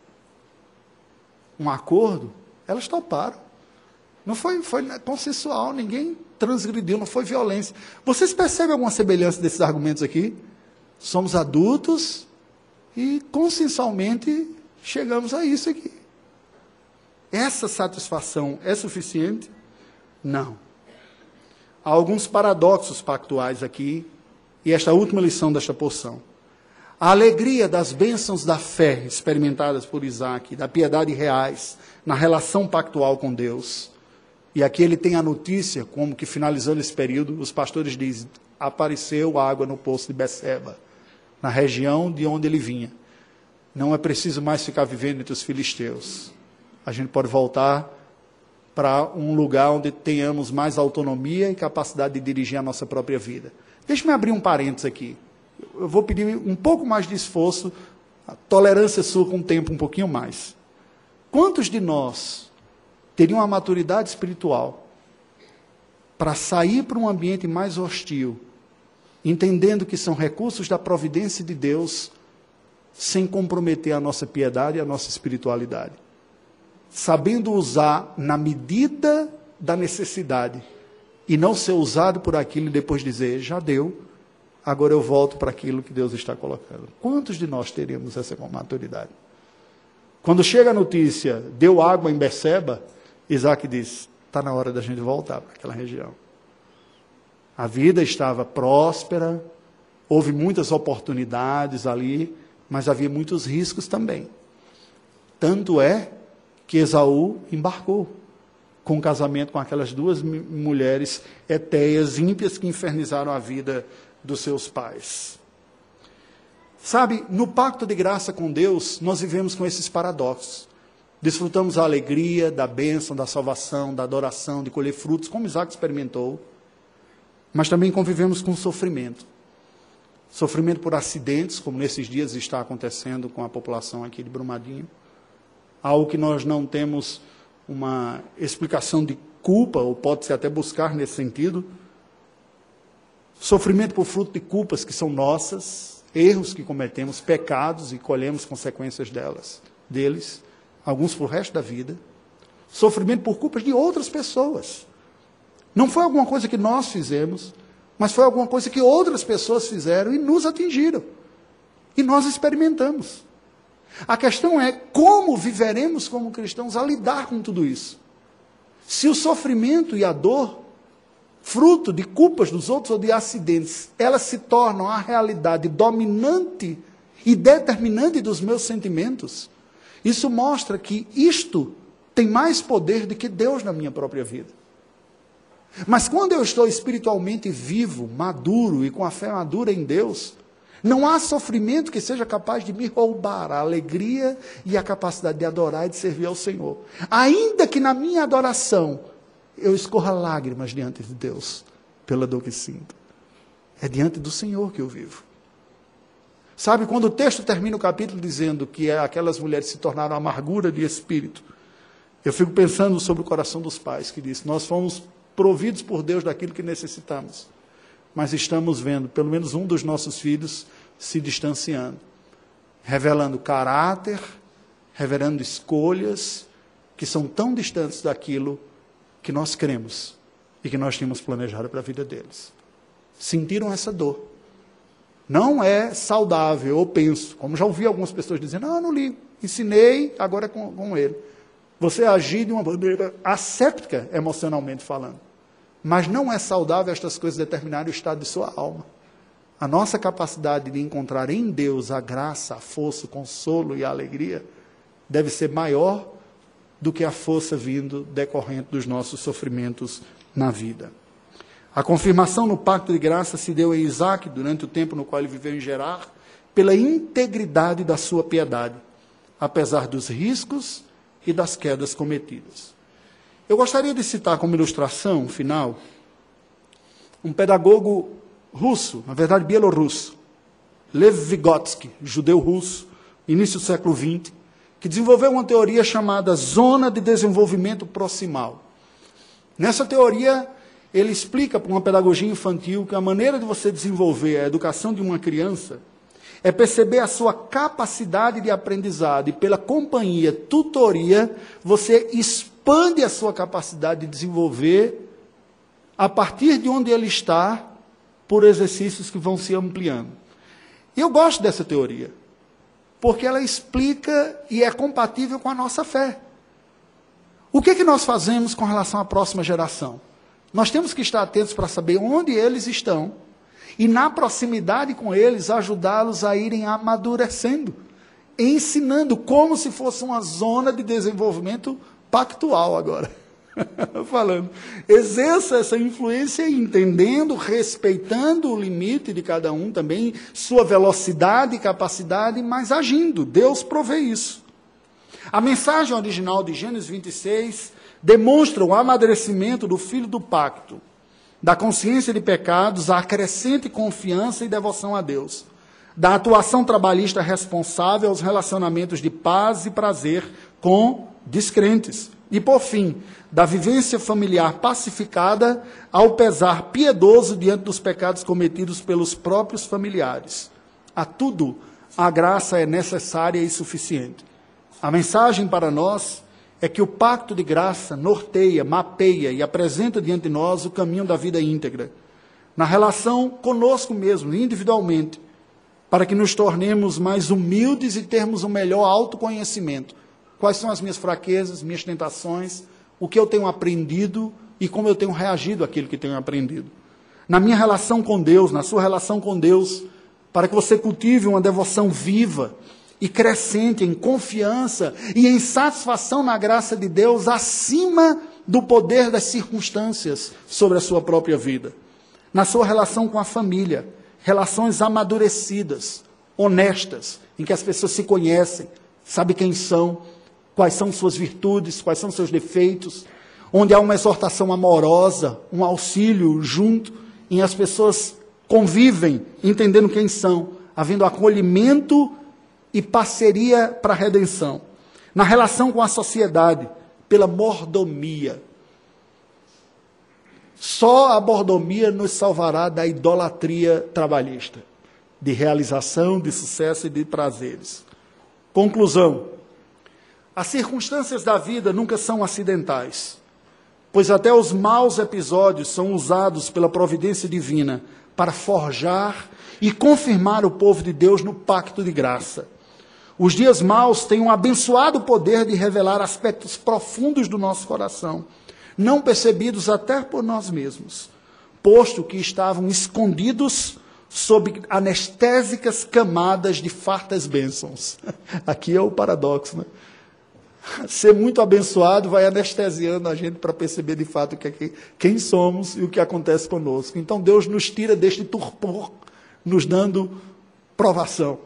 S1: um acordo, elas toparam. Não foi consensual, ninguém transgrediu, não foi violência. Vocês percebem alguma semelhança desses argumentos aqui? Somos adultos e consensualmente chegamos a isso aqui. Essa satisfação é suficiente? Não. Há alguns paradoxos pactuais aqui, e esta última lição desta porção. A alegria das bênçãos da fé experimentadas por Isaac, da piedade reais, na relação pactual com Deus. E aqui ele tem a notícia, como que finalizando esse período, os pastores dizem, apareceu água no poço de Beceba, na região de onde ele vinha. Não é preciso mais ficar vivendo entre os filisteus. A gente pode voltar para um lugar onde tenhamos mais autonomia e capacidade de dirigir a nossa própria vida. Deixa-me abrir um parênteses aqui. Eu vou pedir um pouco mais de esforço, a tolerância sua com o tempo um pouquinho mais. Quantos de nós teriam a maturidade espiritual para sair para um ambiente mais hostil, entendendo que são recursos da providência de Deus, sem comprometer a nossa piedade e a nossa espiritualidade? Sabendo usar na medida da necessidade, e não ser usado por aquilo e depois dizer, já deu, agora eu volto para aquilo que Deus está colocando. Quantos de nós teríamos essa maturidade? Quando chega a notícia, deu água em Berseba, Isaac diz, está na hora da gente voltar para aquela região. A vida estava próspera, houve muitas oportunidades ali, mas havia muitos riscos também. Tanto é que Esaú embarcou com o casamento com aquelas duas mulheres etéias, ímpias, que infernizaram a vida dos seus pais. Sabe, no pacto de graça com Deus, nós vivemos com esses paradoxos. Desfrutamos a alegria, da bênção, da salvação, da adoração, de colher frutos, como Isaac experimentou, mas também convivemos com sofrimento. Sofrimento por acidentes, como nesses dias está acontecendo com a população aqui de Brumadinho. Algo que nós não temos uma explicação de culpa, ou pode-se até buscar nesse sentido. Sofrimento por fruto de culpas que são nossas, erros que cometemos, pecados e colhemos consequências deles, alguns para o resto da vida. Sofrimento por culpas de outras pessoas. Não foi alguma coisa que nós fizemos, mas foi alguma coisa que outras pessoas fizeram e nos atingiram. E nós experimentamos. A questão é como viveremos como cristãos a lidar com tudo isso. Se o sofrimento e a dor, fruto de culpas dos outros ou de acidentes, elas se tornam a realidade dominante e determinante dos meus sentimentos, isso mostra que isto tem mais poder do que Deus na minha própria vida. Mas quando eu estou espiritualmente vivo, maduro e com a fé madura em Deus, não há sofrimento que seja capaz de me roubar a alegria e a capacidade de adorar e de servir ao Senhor. Ainda que na minha adoração eu escorra lágrimas diante de Deus, pela dor que sinto. É diante do Senhor que eu vivo. Sabe, quando o texto termina o capítulo dizendo que aquelas mulheres se tornaram amargura de espírito, eu fico pensando sobre o coração dos pais, que diz, nós fomos providos por Deus daquilo que necessitamos, mas estamos vendo pelo menos um dos nossos filhos se distanciando, revelando caráter, revelando escolhas que são tão distantes daquilo que nós cremos e que nós tínhamos planejado para a vida deles. Sentiram essa dor. Não é saudável, eu penso, como já ouvi algumas pessoas dizendo, não, eu não ligo, ensinei, agora é com ele. Você agir de uma maneira asséptica, emocionalmente falando. Mas não é saudável estas coisas determinarem o estado de sua alma. A nossa capacidade de encontrar em Deus a graça, a força, o consolo e a alegria deve ser maior do que a força vindo decorrente dos nossos sofrimentos na vida. A confirmação no pacto de graça se deu em Isaac, durante o tempo no qual ele viveu em Gerar, pela integridade da sua piedade, apesar dos riscos e das quedas cometidas. Eu gostaria de citar como ilustração final um pedagogo russo, na verdade bielorrusso, Lev Vygotsky, judeu russo, início do século XX, que desenvolveu uma teoria chamada Zona de Desenvolvimento Proximal. Nessa teoria, ele explica para uma pedagogia infantil que a maneira de você desenvolver a educação de uma criança é perceber a sua capacidade de aprendizado e pela companhia, tutoria, você expande a sua capacidade de desenvolver a partir de onde ele está, por exercícios que vão se ampliando. E eu gosto dessa teoria, porque ela explica e é compatível com a nossa fé. O que é que nós fazemos com relação à próxima geração? Nós temos que estar atentos para saber onde eles estão e, na proximidade com eles, ajudá-los a irem amadurecendo, ensinando como se fosse uma zona de desenvolvimento pactual agora. Falando, exerça essa influência entendendo, respeitando o limite de cada um também, sua velocidade e capacidade, mas agindo. Deus provê isso. A mensagem original de Gênesis 26 demonstra o amadurecimento do filho do pacto, da consciência de pecados, a crescente confiança e devoção a Deus, da atuação trabalhista responsável aos relacionamentos de paz e prazer com descrentes. E, por fim, da vivência familiar pacificada ao pesar piedoso diante dos pecados cometidos pelos próprios familiares. A tudo, a graça é necessária e suficiente. A mensagem para nós é que o pacto de graça norteia, mapeia e apresenta diante de nós o caminho da vida íntegra, na relação conosco mesmo, individualmente, para que nos tornemos mais humildes e termos um melhor autoconhecimento, quais são as minhas fraquezas, minhas tentações, o que eu tenho aprendido e como eu tenho reagido àquilo que tenho aprendido. Na minha relação com Deus, na sua relação com Deus, para que você cultive uma devoção viva e crescente em confiança e em satisfação na graça de Deus acima do poder das circunstâncias sobre a sua própria vida. Na sua relação com a família, relações amadurecidas, honestas, em que as pessoas se conhecem, sabem quem são, quais são suas virtudes, quais são seus defeitos, onde há uma exortação amorosa, um auxílio junto, em as pessoas convivem, entendendo quem são, havendo acolhimento e parceria para a redenção. Na relação com a sociedade, pela mordomia. Só a mordomia nos salvará da idolatria trabalhista, de realização, de sucesso e de prazeres. Conclusão. As circunstâncias da vida nunca são acidentais, pois até os maus episódios são usados pela providência divina para forjar e confirmar o povo de Deus no pacto de graça. Os dias maus têm um abençoado poder de revelar aspectos profundos do nosso coração, não percebidos até por nós mesmos, posto que estavam escondidos sob anestésicas camadas de fartas bênçãos. Aqui é o paradoxo, né? Ser muito abençoado vai anestesiando a gente para perceber de fato quem somos e o que acontece conosco. Então Deus nos tira deste torpor, nos dando provação.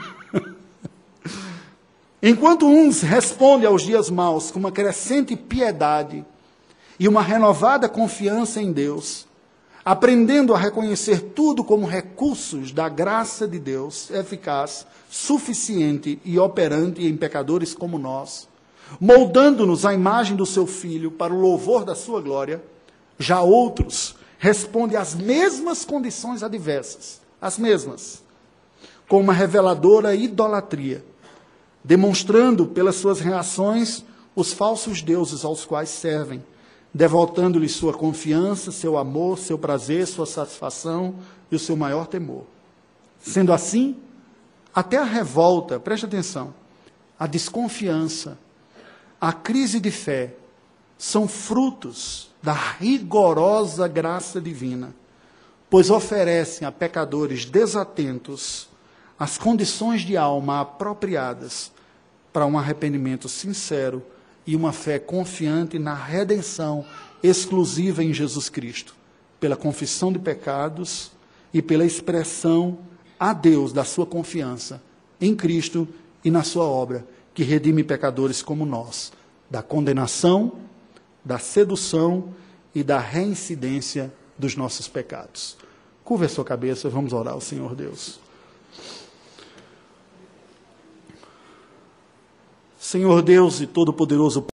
S1: Enquanto uns respondem aos dias maus com uma crescente piedade e uma renovada confiança em Deus, aprendendo a reconhecer tudo como recursos da graça de Deus, eficaz, suficiente e operante em pecadores como nós, moldando-nos à imagem do seu Filho para o louvor da sua glória, já outros respondem às mesmas condições adversas, as mesmas, com uma reveladora idolatria, demonstrando pelas suas reações os falsos deuses aos quais servem, devotando-lhes sua confiança, seu amor, seu prazer, sua satisfação e o seu maior temor. Sendo assim, até a revolta, preste atenção, a desconfiança, a crise de fé, são frutos da rigorosa graça divina, pois oferecem a pecadores desatentos as condições de alma apropriadas para um arrependimento sincero e uma fé confiante na redenção exclusiva em Jesus Cristo, pela confissão de pecados e pela expressão a Deus da sua confiança em Cristo e na sua obra, que redime pecadores como nós, da condenação, da sedução e da reincidência dos nossos pecados. Curva a sua cabeça, vamos orar ao Senhor Deus. Senhor Deus e Todo-Poderoso